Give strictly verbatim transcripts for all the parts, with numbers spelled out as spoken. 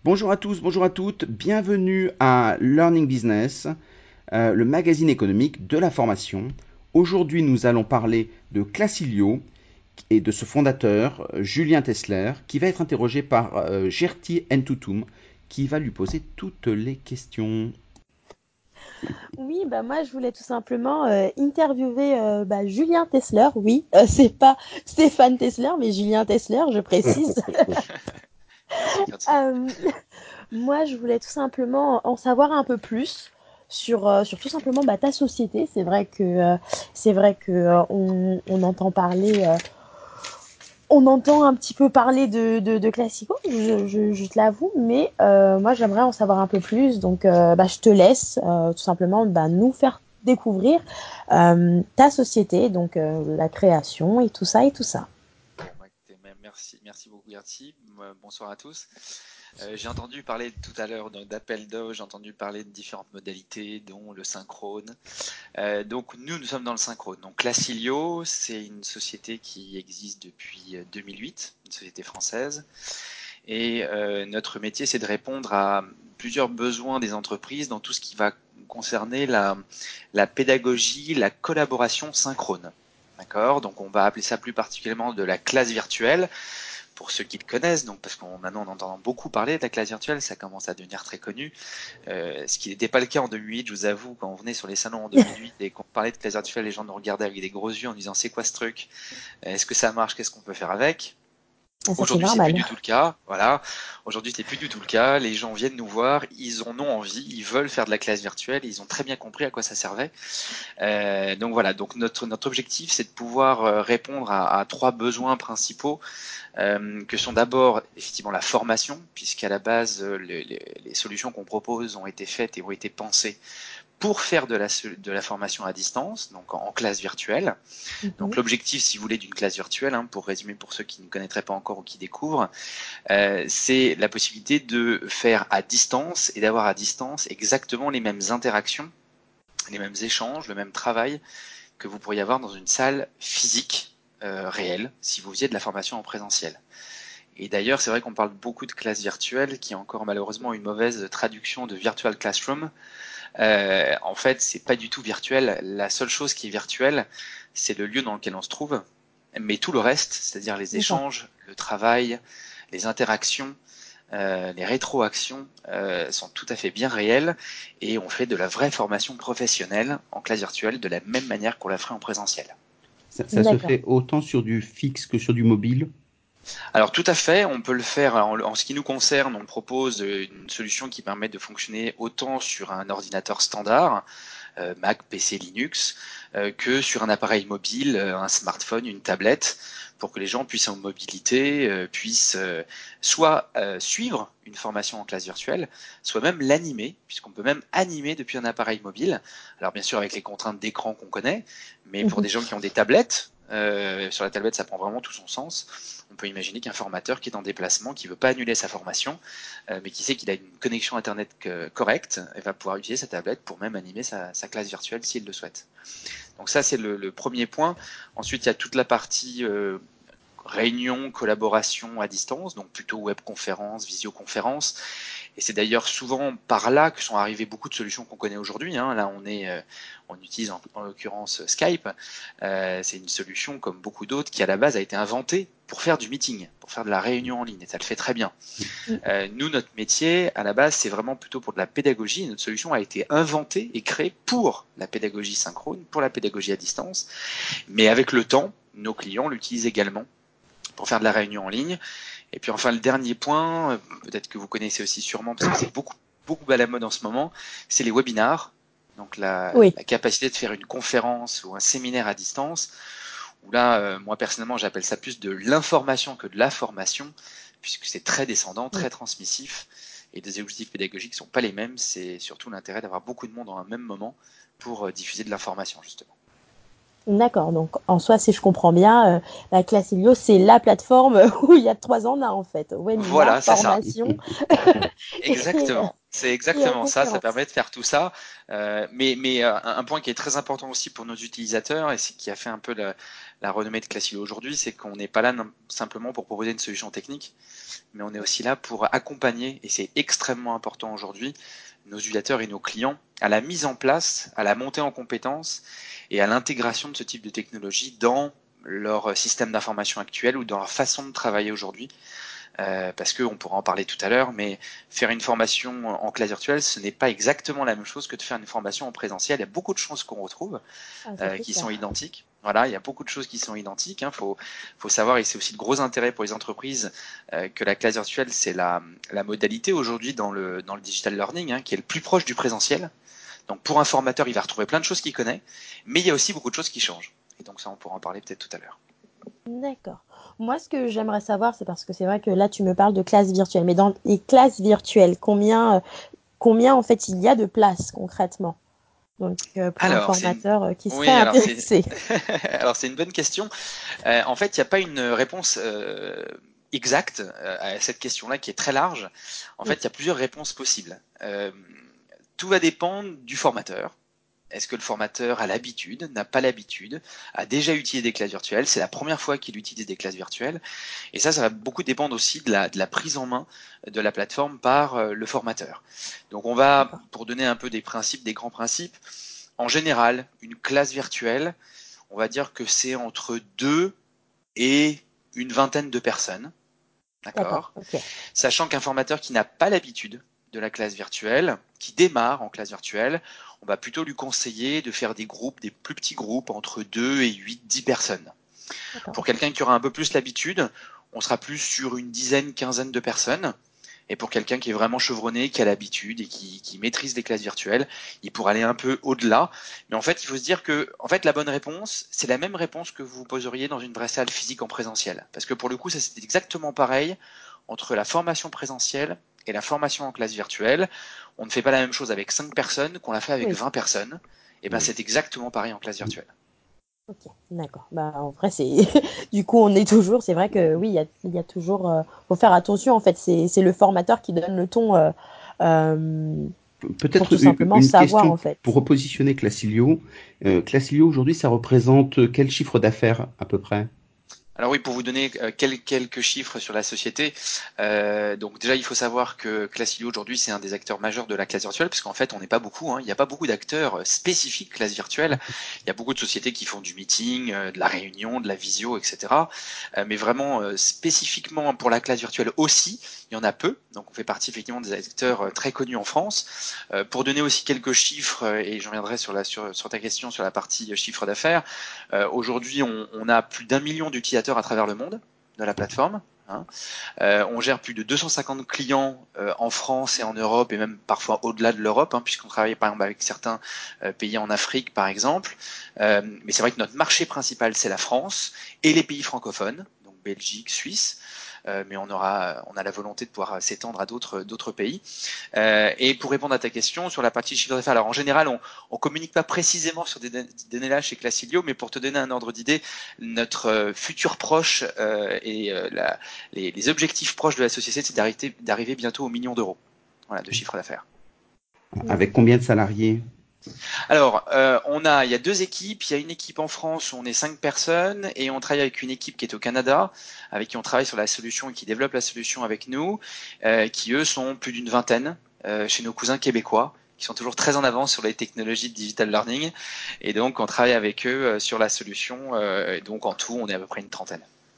Bonjour à tous, bonjour à toutes, bienvenue à Learning Business, euh, le magazine économique de la formation. Aujourd'hui, nous allons parler de Classilio et de ce fondateur, euh, Julien Tessler, qui va être interrogé par euh, Gertie Entoutoum, qui va lui poser toutes les questions. Oui, bah moi je voulais tout simplement euh, interviewer euh, bah, Julien Tessler. Oui, euh, c'est pas Stéphane Tessler, mais Julien Tessler, je précise. Merci, Gertie. Euh, Moi, je voulais tout simplement en savoir un peu plus sur, euh, sur tout simplement bah, ta société. C'est vrai que euh, c'est vrai que euh, on, on entend parler, euh, on entend un petit peu parler de, de, de Classico, je, je, je te l'avoue, mais euh, moi j'aimerais en savoir un peu plus. Donc, euh, bah, je te laisse euh, tout simplement bah, nous faire découvrir euh, ta société, donc euh, la création et tout ça et tout ça. Bon, bah, écoutez, me- merci, merci beaucoup, Gertie. Euh, Bonsoir à tous. Euh, j'ai entendu parler tout à l'heure donc, d'appel d'offres, j'ai entendu parler de différentes modalités, dont le synchrone. Euh, donc, nous, nous sommes dans le synchrone. Donc, Classilio, c'est une société qui existe depuis euh, deux mille huit, une société française. Et euh, notre métier, c'est de répondre à plusieurs besoins des entreprises dans tout ce qui va concerner la, la pédagogie, la collaboration synchrone. D'accord. Donc on va appeler ça plus particulièrement de la classe virtuelle, pour ceux qui le connaissent, donc parce qu'on maintenant on entend beaucoup parler de la classe virtuelle, ça commence à devenir très connu. Euh, ce qui n'était pas le cas en deux mille huit, je vous avoue, quand on venait sur les salons en deux mille huit et qu'on parlait de classe virtuelle, les gens nous regardaient avec des gros yeux en disant c'est quoi ce truc? Est-ce que ça marche? Qu'est-ce qu'on peut faire avec? Ah, ça c'est Aujourd'hui, c'est plus normal. du tout le cas. Voilà. Aujourd'hui, c'est plus du tout le cas. Les gens viennent nous voir, ils en ont envie, ils veulent faire de la classe virtuelle, ils ont très bien compris à quoi ça servait. Euh, donc voilà. Donc notre notre objectif, c'est de pouvoir euh, répondre à, à trois besoins principaux, euh, que sont d'abord effectivement la formation, puisqu'à la base, euh, les, les, les solutions qu'on propose ont été faites et ont été pensées pour faire de la, de la formation à distance, donc en, en classe virtuelle. Donc Mhm. l'objectif, si vous voulez, d'une classe virtuelle, hein, pour résumer pour ceux qui ne connaîtraient pas encore ou qui découvrent, euh, c'est la possibilité de faire à distance et d'avoir à distance exactement les mêmes interactions, les mêmes échanges, le même travail que vous pourriez avoir dans une salle physique euh, réelle si vous faisiez de la formation en présentiel. Et d'ailleurs, c'est vrai qu'on parle beaucoup de classe virtuelle, qui a encore malheureusement une mauvaise traduction de virtual classroom. Euh, en fait, c'est pas du tout virtuel. La seule chose qui est virtuelle, c'est le lieu dans lequel on se trouve. Mais tout le reste, c'est-à-dire les D'accord. échanges, le travail, les interactions, euh, les rétroactions, euh, sont tout à fait bien réelles, et on fait de la vraie formation professionnelle en classe virtuelle de la même manière qu'on la ferait en présentiel. Ça, ça se D'accord. fait autant sur du fixe que sur du mobile. Alors tout à fait, on peut le faire. En, en ce qui nous concerne, on propose une solution qui permet de fonctionner autant sur un ordinateur standard, euh, Mac, P C, Linux, euh, que sur un appareil mobile, euh, un smartphone, une tablette, pour que les gens puissent en mobilité, euh, puissent euh, soit euh, suivre une formation en classe virtuelle, soit même l'animer, puisqu'on peut même animer depuis un appareil mobile. Alors bien sûr avec les contraintes d'écran qu'on connaît, mais pour Mhm. des gens qui ont des tablettes, euh, sur la tablette ça prend vraiment tout son sens. On peut imaginer qu'un formateur qui est en déplacement, qui veut pas annuler sa formation, euh, mais qui sait qu'il a une connexion internet que- correcte, et va pouvoir utiliser sa tablette pour même animer sa, sa classe virtuelle s'il le souhaite. Donc ça c'est le, le premier point. Ensuite il y a toute la partie euh, réunion, collaboration à distance, donc plutôt webconférence, visioconférence. Et c'est d'ailleurs souvent par là que sont arrivées beaucoup de solutions qu'on connaît aujourd'hui. Hein. Là, on est, euh, on utilise en, en l'occurrence Skype. Euh, c'est une solution comme beaucoup d'autres qui à la base a été inventée pour faire du meeting, pour faire de la réunion en ligne. Et ça le fait très bien. Euh, nous, notre métier à la base, c'est vraiment plutôt pour de la pédagogie. Et notre solution a été inventée et créée pour la pédagogie synchrone, pour la pédagogie à distance. Mais avec le temps, nos clients l'utilisent également pour faire de la réunion en ligne. Et puis enfin le dernier point, peut-être que vous connaissez aussi sûrement parce que c'est beaucoup beaucoup à la mode en ce moment, c'est les webinars. Donc la, Oui. la capacité de faire une conférence ou un séminaire à distance, où là, euh, moi personnellement, j'appelle ça plus de l'information que de la formation, puisque c'est très descendant, Oui. très transmissif, et des objectifs pédagogiques sont pas les mêmes. C'est surtout l'intérêt d'avoir beaucoup de monde en un même moment pour euh, diffuser de l'information justement. D'accord, donc en soi, si je comprends bien, euh, la Classilio, c'est la plateforme où il y a trois en un en fait. Webinar, Voilà, c'est ça, formation et, exactement. C'est et en exactement ça, ça conférence. permet de faire tout ça. Euh, mais mais euh, un un point qui est très important aussi pour nos utilisateurs et c'est qui a fait un peu la, la renommée de Classilo aujourd'hui, c'est qu'on n'est pas là non- simplement pour proposer une solution technique, mais on est aussi là pour accompagner, et c'est extrêmement important aujourd'hui, nos utilisateurs et nos clients à la mise en place, à la montée en compétences et à l'intégration de ce type de technologie dans leur système d'information actuel ou dans leur façon de travailler aujourd'hui. Euh, parce qu'on pourra en parler tout à l'heure, mais faire une formation en classe virtuelle, ce n'est pas exactement la même chose que de faire une formation en présentiel. Il y a beaucoup de choses qu'on retrouve Ah, ça euh, c'est qui sont clair. identiques. Voilà, il y a beaucoup de choses qui sont identiques. Il hein. faut, faut savoir, et c'est aussi de gros intérêt pour les entreprises, euh, que la classe virtuelle, c'est la, la modalité aujourd'hui dans le, dans le digital learning, hein, qui est le plus proche du présentiel. Donc pour un formateur, il va retrouver plein de choses qu'il connaît, mais il y a aussi beaucoup de choses qui changent. Et donc ça, on pourra en parler peut-être tout à l'heure. D'accord. Moi, ce que j'aimerais savoir, c'est parce que c'est vrai que là, tu me parles de classes virtuelles, mais dans les classes virtuelles, combien, euh, combien en fait il y a de places concrètement? Donc, euh, pour un Alors, c'est une... formateur euh, qui serait Oui, alors c'est intéressé. alors c'est une bonne question. Euh, en fait, il n'y a pas une réponse euh, exacte euh, à cette question-là qui est très large. En fait, Oui, il y a plusieurs réponses possibles. Euh, tout va dépendre du formateur. Est-ce que le formateur a l'habitude, n'a pas l'habitude, a déjà utilisé des classes virtuelles, c'est la première fois qu'il utilise des classes virtuelles, et ça, ça va beaucoup dépendre aussi de la, de la prise en main de la plateforme par euh, le formateur. Donc on va, d'accord. pour donner un peu des principes, des grands principes, en général, une classe virtuelle, on va dire que c'est entre deux et une vingtaine de personnes, D'accord, d'accord? ok. Sachant qu'un formateur qui n'a pas l'habitude de la classe virtuelle, qui démarre en classe virtuelle, on va plutôt lui conseiller de faire des groupes, des plus petits groupes, entre deux et huit, dix personnes. D'accord, Pour ok. quelqu'un qui aura un peu plus l'habitude, on sera plus sur une dizaine, quinzaine de personnes. Et pour quelqu'un qui est vraiment chevronné, qui a l'habitude et qui, qui maîtrise les classes virtuelles, il pourra aller un peu au-delà. Mais en fait, il faut se dire que, en fait, la bonne réponse, c'est la même réponse que vous poseriez dans une vraie salle physique en présentiel. Parce que pour le coup, ça c'est exactement pareil entre la formation présentielle et la formation en classe virtuelle. On ne fait pas la même chose avec cinq personnes qu'on l'a fait avec Oui, vingt personnes. Et ben, Mm. c'est exactement pareil en classe virtuelle. ok, d'accord. Bah, en vrai, c'est. Du coup, on est toujours. C'est vrai que oui, il y a, il y a toujours. Euh, faut faire attention, en fait. C'est c'est le formateur qui donne le ton euh, euh, pour Peut-être tout u- simplement une savoir, question en fait. pour repositionner Classilio. Euh, Classilio, aujourd'hui, ça représente quel chiffre d'affaires à peu près? Alors oui, pour vous donner euh, quel- quelques chiffres sur la société, euh, donc déjà il faut savoir que Classilio aujourd'hui c'est un des acteurs majeurs de la classe virtuelle, parce qu'en fait on n'est pas beaucoup, hein, il n'y a pas beaucoup d'acteurs euh, spécifiques classe virtuelle. Il y a beaucoup de sociétés qui font du meeting, euh, de la réunion, de la visio, et cetera. Euh, mais vraiment euh, spécifiquement pour la classe virtuelle aussi, il y en a peu. Donc on fait partie effectivement des acteurs euh, très connus en France. Euh, pour donner aussi quelques chiffres, euh, et je reviendrai sur, la, sur, sur ta question sur la partie euh, chiffre d'affaires. Euh, Aujourd'hui, on, on a plus d'un million d'utilisateurs à travers le monde de la plateforme. Hein. Euh, on gère plus de deux cent cinquante clients euh, en France et en Europe et même parfois au-delà de l'Europe, hein, puisqu'on travaille par exemple avec certains euh, pays en Afrique par exemple. Euh, mais c'est vrai que notre marché principal c'est la France et les pays francophones, donc Belgique, Suisse. Euh, mais on aura, on a la volonté de pouvoir s'étendre à d'autres, d'autres pays. Euh, et pour répondre à ta question sur la partie chiffre d'affaires, alors en général, on ne communique pas précisément sur des données-là chez Classilio, mais pour te donner un ordre d'idée, notre euh, futur proche euh, et euh, la, les, les, objectifs proches de la société, c'est d'arriver, d'arriver bientôt au million d'euros voilà, de chiffre d'affaires. Avec combien de salariés? Alors, euh, on a, il y a deux équipes. Il y a une équipe en France où on est cinq personnes et on travaille avec une équipe qui est au Canada, avec qui on travaille sur la solution et qui développe la solution avec nous, euh, qui eux sont plus d'une vingtaine euh, chez nos cousins québécois, qui sont toujours très en avance sur les technologies de digital learning. Et donc, on travaille avec eux euh, sur la solution. Euh, et donc, en tout, on est à peu près une trentaine.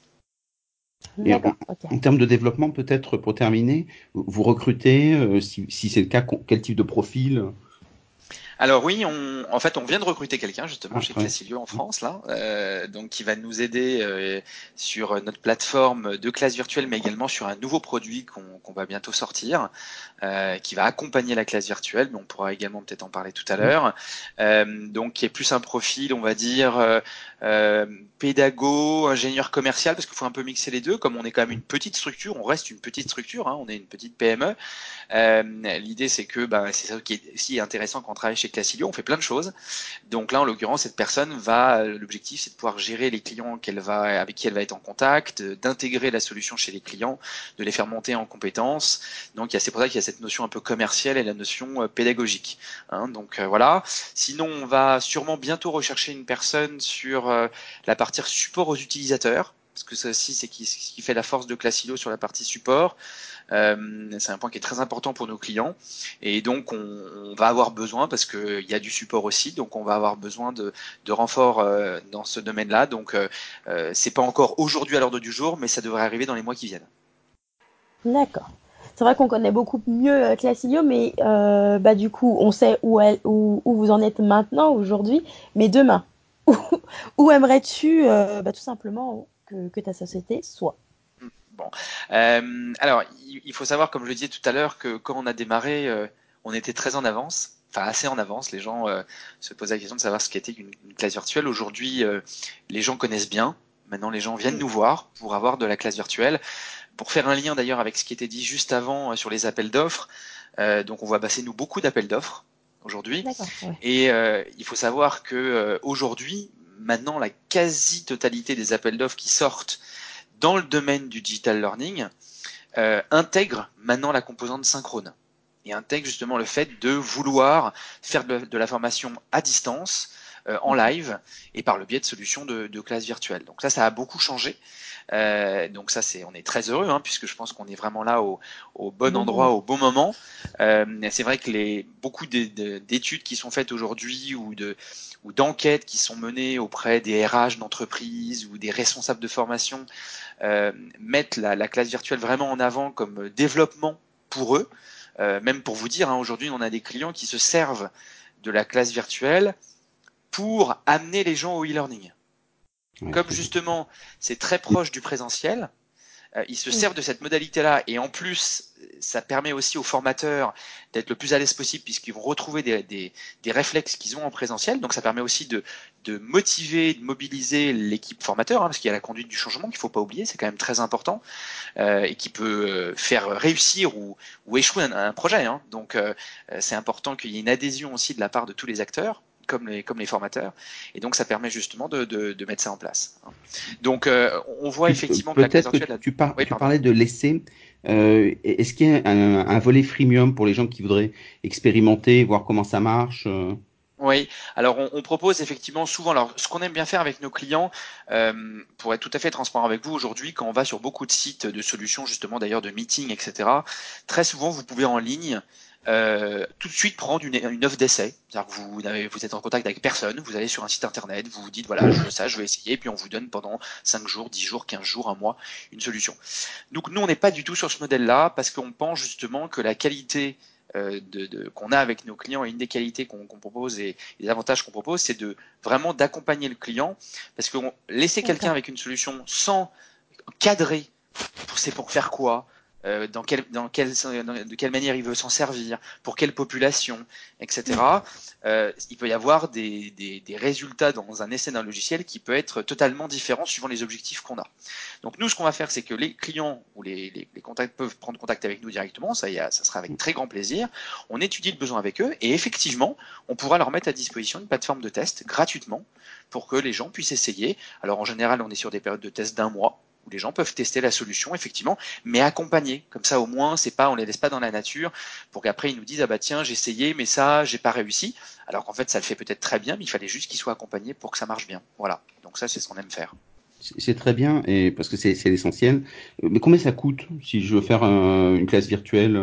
Et en, D'accord, ok. en termes de développement, peut-être pour terminer, vous recrutez, euh, si, si c'est le cas, quel type de profil? Alors oui, on, en fait, on vient de recruter quelqu'un justement Ah, chez ouais. Classilio en France là, euh, donc qui va nous aider euh, sur notre plateforme de classe virtuelle, mais également sur un nouveau produit qu'on qu'on va bientôt sortir, euh, qui va accompagner la classe virtuelle, mais on pourra également peut-être en parler tout à Mm. l'heure. Euh, donc qui est plus un profil, on va dire euh, euh, pédago, ingénieur commercial, parce qu'il faut un peu mixer les deux. Comme on est quand même une petite structure, on reste une petite structure, hein, on est une petite P M E. Euh, L'idée c'est que ben, c'est ça qui est aussi intéressant quand on travaille chez chez Classilio, on fait plein de choses. Donc là, en l'occurrence, cette personne va, l'objectif, c'est de pouvoir gérer les clients qu'elle va, avec qui elle va être en contact, d'intégrer la solution chez les clients, de les faire monter en compétences. Donc c'est pour ça qu'il y a cette notion un peu commerciale et la notion pédagogique. Hein, donc euh, voilà. Sinon, on va sûrement bientôt rechercher une personne sur euh, la partie support aux utilisateurs, parce que ça aussi, c'est ce qui fait la force de Classilio sur la partie support. Euh, c'est un point qui est très important pour nos clients, et donc on, on va avoir besoin, parce qu'il y a du support aussi, donc on va avoir besoin de, de renforts euh, dans ce domaine-là. Donc euh, euh, c'est pas encore aujourd'hui à l'ordre du jour, mais ça devrait arriver dans les mois qui viennent. D'accord. C'est vrai qu'on connaît beaucoup mieux Classilio, mais euh, bah, du coup, on sait où, elle, où, où vous en êtes maintenant, aujourd'hui, mais demain, où, où aimerais-tu euh, bah, tout simplement que, que ta société soit? Bon, euh, alors il faut savoir, comme je le disais tout à l'heure, que quand on a démarré, euh, on était très en avance, enfin assez en avance. Les gens euh, se posaient la question de savoir ce qu'était une, une classe virtuelle. Aujourd'hui, euh, les gens connaissent bien. Maintenant, les gens viennent nous voir pour avoir de la classe virtuelle. Pour faire un lien d'ailleurs avec ce qui était dit juste avant euh, sur les appels d'offres, euh, donc on voit passer nous beaucoup d'appels d'offres aujourd'hui. D'accord, ouais. Et euh, il faut savoir que euh, aujourd'hui, maintenant, la quasi-totalité des appels d'offres qui sortent dans le domaine du digital learning euh, intègre maintenant la composante synchrone et intègre justement le fait de vouloir faire de, de la formation à distance, euh, en live, et par le biais de solutions de, de classe virtuelle. Donc ça, ça a beaucoup changé. Euh, donc ça, c'est, on est très heureux, hein, puisque je pense qu'on est vraiment là au, au bon, bon endroit, moment. au bon moment. Euh, c'est vrai que les, beaucoup de, de, d'études qui sont faites aujourd'hui, ou, de, ou d'enquêtes qui sont menées auprès des R H d'entreprises ou des responsables de formation, euh, mettent la, la classe virtuelle vraiment en avant comme développement pour eux. Euh, même pour vous dire, hein, aujourd'hui, on a des clients qui se servent de la classe virtuelle pour amener les gens au e-learning. Ouais, comme justement, c'est très proche du présentiel, euh, ils se servent de cette modalité-là, et en plus, ça permet aussi aux formateurs d'être le plus à l'aise possible, puisqu'ils vont retrouver des, des, des réflexes qu'ils ont en présentiel. Donc ça permet aussi de, de motiver, de mobiliser l'équipe formateur, hein, parce qu'il y a la conduite du changement qu'il ne faut pas oublier, c'est quand même très important, euh, et qui peut faire réussir ou, ou échouer un, un projet. Hein. Donc euh, c'est important qu'il y ait une adhésion aussi de la part de tous les acteurs, comme les, comme les formateurs, et donc ça permet justement de, de, de mettre ça en place. Donc euh, on voit effectivement que la classe virtuelle... Peut-être que tu, par, oui, tu parlais de l'essai. Euh, est-ce qu'il y a un, un volet freemium pour les gens qui voudraient expérimenter, voir comment ça marche? Oui, alors on, on propose effectivement souvent, alors ce qu'on aime bien faire avec nos clients, euh, pour être tout à fait transparent avec vous aujourd'hui, quand on va sur beaucoup de sites de solutions, justement d'ailleurs de meetings, et cetera, très souvent vous pouvez en ligne euh, tout de suite prendre une, une offre d'essai. C'est-à-dire que vous, avez, vous êtes en contact avec personne, vous allez sur un site internet, vous vous dites voilà, je veux ça, je vais essayer, et puis on vous donne pendant cinq jours, dix jours, quinze jours, un mois, une solution. Donc nous on n'est pas du tout sur ce modèle-là, parce qu'on pense justement que la qualité euh, de, de, qu'on a avec nos clients, et une des qualités qu'on, qu'on propose et, et les avantages qu'on propose, c'est de vraiment d'accompagner le client, parce que on, laisser quelqu'un avec une solution sans cadrer, c'est pour faire quoi, euh, dans quelle, dans quelle, de quelle manière il veut s'en servir, pour quelle population, et cetera. Euh, il peut y avoir des, des, des résultats dans un essai d'un logiciel qui peut être totalement différent suivant les objectifs qu'on a. Donc nous, ce qu'on va faire, c'est que les clients ou les, les, les contacts peuvent prendre contact avec nous directement, ça, y a, ça sera avec très grand plaisir. On étudie le besoin avec eux, et effectivement, on pourra leur mettre à disposition une plateforme de test gratuitement pour que les gens puissent essayer. Alors en général, on est sur des périodes de test d'un mois, où les gens peuvent tester la solution, effectivement, mais accompagnés. Comme ça, au moins, c'est pas, on les laisse pas dans la nature, pour qu'après ils nous disent ah bah tiens, j'ai essayé, mais ça, j'ai pas réussi. Alors qu'en fait, ça le fait peut-être très bien, mais il fallait juste qu'ils soient accompagnés pour que ça marche bien. Voilà. Donc ça, c'est ce qu'on aime faire. C'est très bien, et parce que c'est, c'est l'essentiel. Mais combien ça coûte si je veux faire un, une classe virtuelle?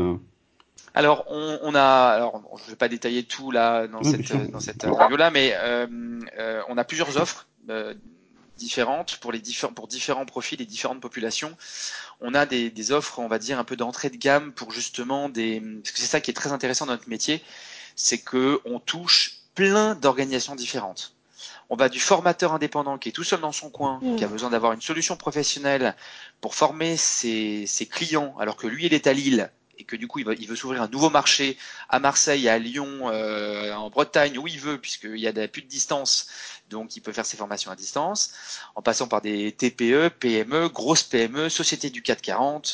Alors, on, on a, alors, je ne vais pas détailler tout là dans Oui, cette dans cette interview-là, mais euh, euh, on a plusieurs offres euh, différentes pour les différents pour différents profils et différentes populations. On a des, des offres, on va dire, un peu d'entrée de gamme pour justement des, parce que c'est ça qui est très intéressant dans notre métier, c'est que on touche plein d'organisations différentes. On va du formateur indépendant qui est tout seul dans son coin, qui a besoin d'avoir une solution professionnelle pour former ses, ses clients, alors que lui, il est à Lille, et que du coup, il, va, il veut s'ouvrir un nouveau marché à Marseille, à Lyon, euh, en Bretagne, où il veut, puisqu'il y a plus de distance, donc il peut faire ses formations à distance, en passant par des T P E, P M E, grosses P M E, sociétés du CAC quarante,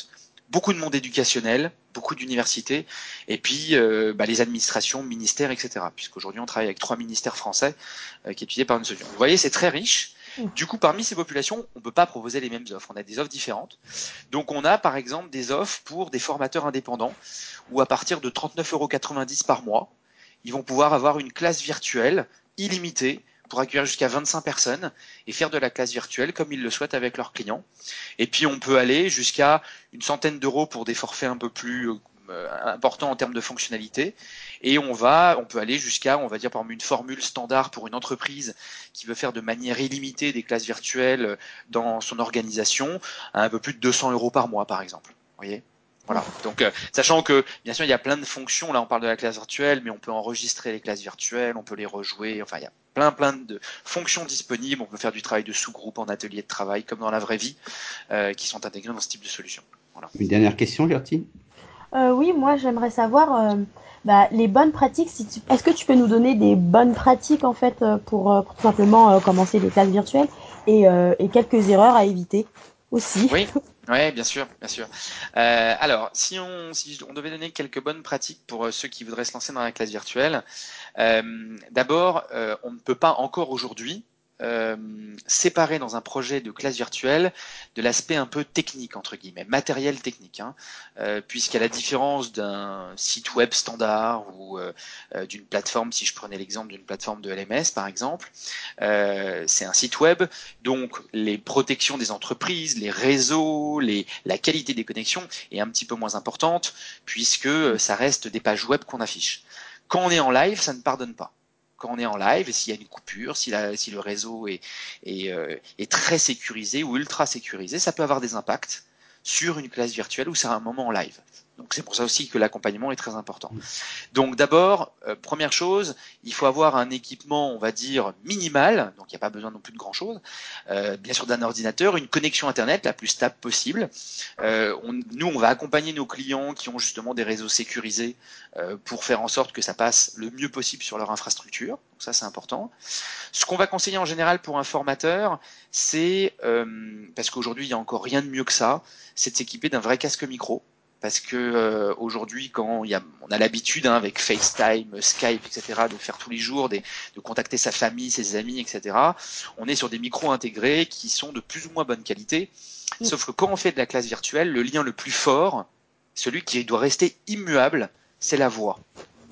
beaucoup de monde éducationnel, beaucoup d'universités, et puis euh, bah, les administrations, ministères, et cetera. Puisqu'aujourd'hui, on travaille avec trois ministères français euh, qui est étudié par une solution. Vous voyez, c'est très riche. Du coup, parmi ces populations, on ne peut pas proposer les mêmes offres. On a des offres différentes. Donc, on a par exemple des offres pour des formateurs indépendants où à partir de trente-neuf euros quatre-vingt-dix par mois, ils vont pouvoir avoir une classe virtuelle illimitée pour accueillir jusqu'à vingt-cinq personnes et faire de la classe virtuelle comme ils le souhaitent avec leurs clients. Et puis on peut aller jusqu'à une centaine d'euros pour des forfaits un peu plus euh, importants en termes de fonctionnalité. Et on va, on peut aller jusqu'à, on va dire par exemple une formule standard pour une entreprise qui veut faire de manière illimitée des classes virtuelles dans son organisation à un peu plus de deux cents euros par mois, par exemple. Vous voyez ? Voilà. Donc, euh, sachant que, bien sûr, il y a plein de fonctions. Là, on parle de la classe virtuelle, mais on peut enregistrer les classes virtuelles, on peut les rejouer. Enfin, il y a plein, plein de fonctions disponibles. On peut faire du travail de sous-groupe en atelier de travail, comme dans la vraie vie, euh, qui sont intégrées dans ce type de solution. Voilà. Une dernière question, Gertie ? Euh, oui, moi j'aimerais savoir euh, bah, les bonnes pratiques. Si tu... Est-ce que tu peux nous donner des bonnes pratiques en fait euh, pour, euh, pour tout simplement euh, commencer les classes virtuelles et, euh, et quelques erreurs à éviter aussi. Oui, ouais, bien sûr, bien sûr. Euh, alors, si on, si on devait donner quelques bonnes pratiques pour euh, ceux qui voudraient se lancer dans la classe virtuelle, euh, d'abord, euh, on ne peut pas encore aujourd'hui euh, séparer dans un projet de classe virtuelle de l'aspect un peu technique, entre guillemets, matériel technique, hein, euh, puisqu'à la différence d'un site web standard ou euh, euh, d'une plateforme, si je prenais l'exemple d'une plateforme de L M S par exemple, euh, c'est un site web, donc les protections des entreprises, les réseaux, les, la qualité des connexions est un petit peu moins importante, puisque ça reste des pages web qu'on affiche. Quand on est en live, ça ne pardonne pas. Quand on est en live, s'il y a une coupure, si, la, si le réseau est, est, euh, est très sécurisé ou ultra sécurisé, ça peut avoir des impacts sur une classe virtuelle ou sur un moment en live. Donc c'est pour ça aussi que l'accompagnement est très important. Donc d'abord, euh, première chose, il faut avoir un équipement, on va dire, minimal, donc il n'y a pas besoin non plus de grand-chose, euh, bien sûr d'un ordinateur, une connexion Internet la plus stable possible. Euh, on, nous, on va accompagner nos clients qui ont justement des réseaux sécurisés euh, pour faire en sorte que ça passe le mieux possible sur leur infrastructure. Donc ça, c'est important. Ce qu'on va conseiller en général pour un formateur, c'est, euh, parce qu'aujourd'hui, il n'y a encore rien de mieux que ça, c'est de s'équiper d'un vrai casque micro. Parce que euh, aujourd'hui, quand il y a, on a l'habitude hein, avec FaceTime, Skype, et cetera, de faire tous les jours, des, de contacter sa famille, ses amis, et cetera, on est sur des micros intégrés qui sont de plus ou moins bonne qualité. Sauf que quand on fait de la classe virtuelle, le lien le plus fort, celui qui doit rester immuable, c'est la voix. D'accord ?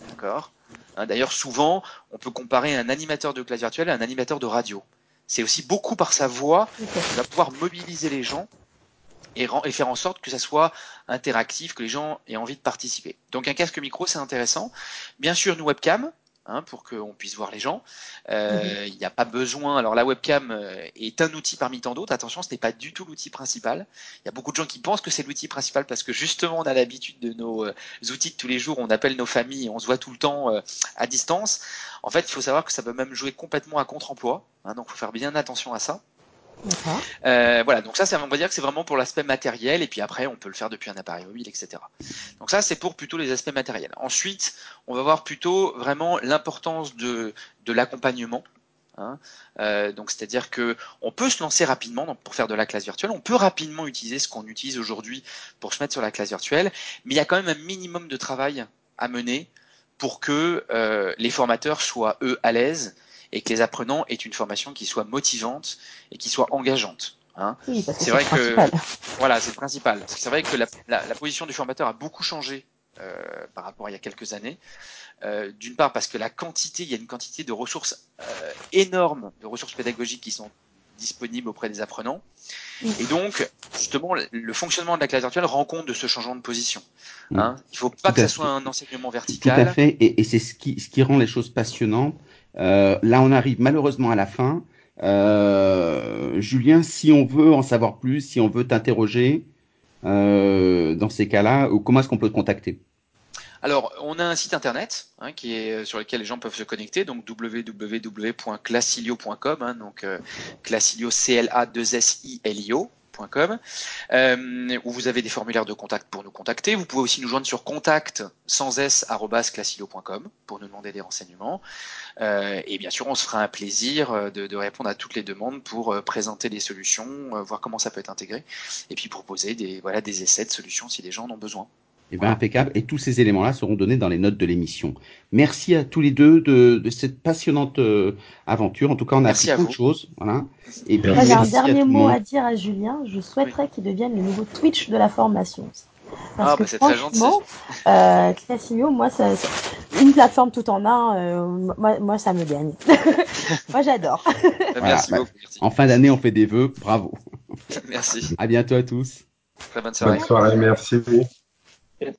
Hein, d'ailleurs, souvent, on peut comparer un animateur de classe virtuelle à un animateur de radio. C'est aussi beaucoup par sa voix qu'il va pouvoir mobiliser les gens et, et faire en sorte que ça soit interactif, que les gens aient envie de participer. Donc un casque micro, c'est intéressant. Bien sûr, une webcam, hein, pour qu'on puisse voir les gens. Euh, il n'y a pas besoin. Alors la webcam euh, est un outil parmi tant d'autres. Attention, ce n'est pas du tout l'outil principal. Il y a beaucoup de gens qui pensent que c'est l'outil principal parce que justement, on a l'habitude de nos euh, outils de tous les jours. On appelle nos familles et on se voit tout le temps euh, à distance. En fait, il faut savoir que ça peut même jouer complètement à contre-emploi. Hein, donc, il faut faire bien attention à ça. Euh, voilà, donc ça, ça, on va dire que c'est vraiment pour l'aspect matériel, et puis après, on peut le faire depuis un appareil mobile, et cetera. Donc ça, c'est pour plutôt les aspects matériels. Ensuite, on va voir plutôt vraiment l'importance de, de l'accompagnement. Hein. Euh, donc c'est-à-dire que on peut se lancer rapidement donc, pour faire de la classe virtuelle, on peut rapidement utiliser ce qu'on utilise aujourd'hui pour se mettre sur la classe virtuelle, mais il y a quand même un minimum de travail à mener pour que euh, les formateurs soient eux à l'aise et que les apprenants aient une formation qui soit motivante et qui soit engageante. Hein. Oui, parce que c'est c'est vrai le que principal. voilà, c'est le principal. C'est vrai que la, la, la position du formateur a beaucoup changé euh, par rapport à il y a quelques années. Euh, d'une part parce que la quantité, il y a une quantité de ressources euh, énormes, de ressources pédagogiques qui sont disponibles auprès des apprenants. Et donc, justement, le fonctionnement de la classe virtuelle rend compte de ce changement de position. Hein. Il ne faut pas Tout que à ça soit fait. un enseignement Tout à vertical. fait, et, et c'est ce qui, ce qui rend les choses passionnantes. Euh, là, on arrive malheureusement à la fin. Euh, Julien, si on veut en savoir plus, si on veut t'interroger euh, dans ces cas-là, ou comment est-ce qu'on peut te contacter? Alors, on a un site internet hein, qui est sur lequel les gens peuvent se connecter, donc w w w point classilio point com, hein, donc euh, Classilio C L A deux S I L I O. point com, euh, où vous avez des formulaires de contact pour nous contacter. Vous pouvez aussi nous joindre sur contact sans s arobase classilio point com pour nous demander des renseignements. Euh, et bien sûr, on se fera un plaisir de, de répondre à toutes les demandes pour euh, présenter des solutions, euh, voir comment ça peut être intégré, et puis proposer des, voilà, des essais de solutions si les gens en ont besoin. Eh bien, impeccable. Et tous ces éléments-là seront donnés dans les notes de l'émission. Merci à tous les deux de, de cette passionnante euh, aventure. En tout cas, on a Merci appris à plein vous. de choses. Voilà. Et puis, Moi, j'ai un merci à dernier tout le mot monde. à dire à Julien. Je souhaiterais Oui. qu'il devienne le nouveau Twitch de la formation. Parce Ah, que bah, c'est très franchement, gentil. euh, Classilio, moi, ça, ça- une plateforme tout en un, euh, moi, moi, ça me gagne. Moi, j'adore. Bah, Voilà. merci Bah, beaucoup. Merci. en fin d'année, on fait des vœux. Bravo. Merci. À bientôt à tous. Très bonne Bonne soirée. soirée, merci.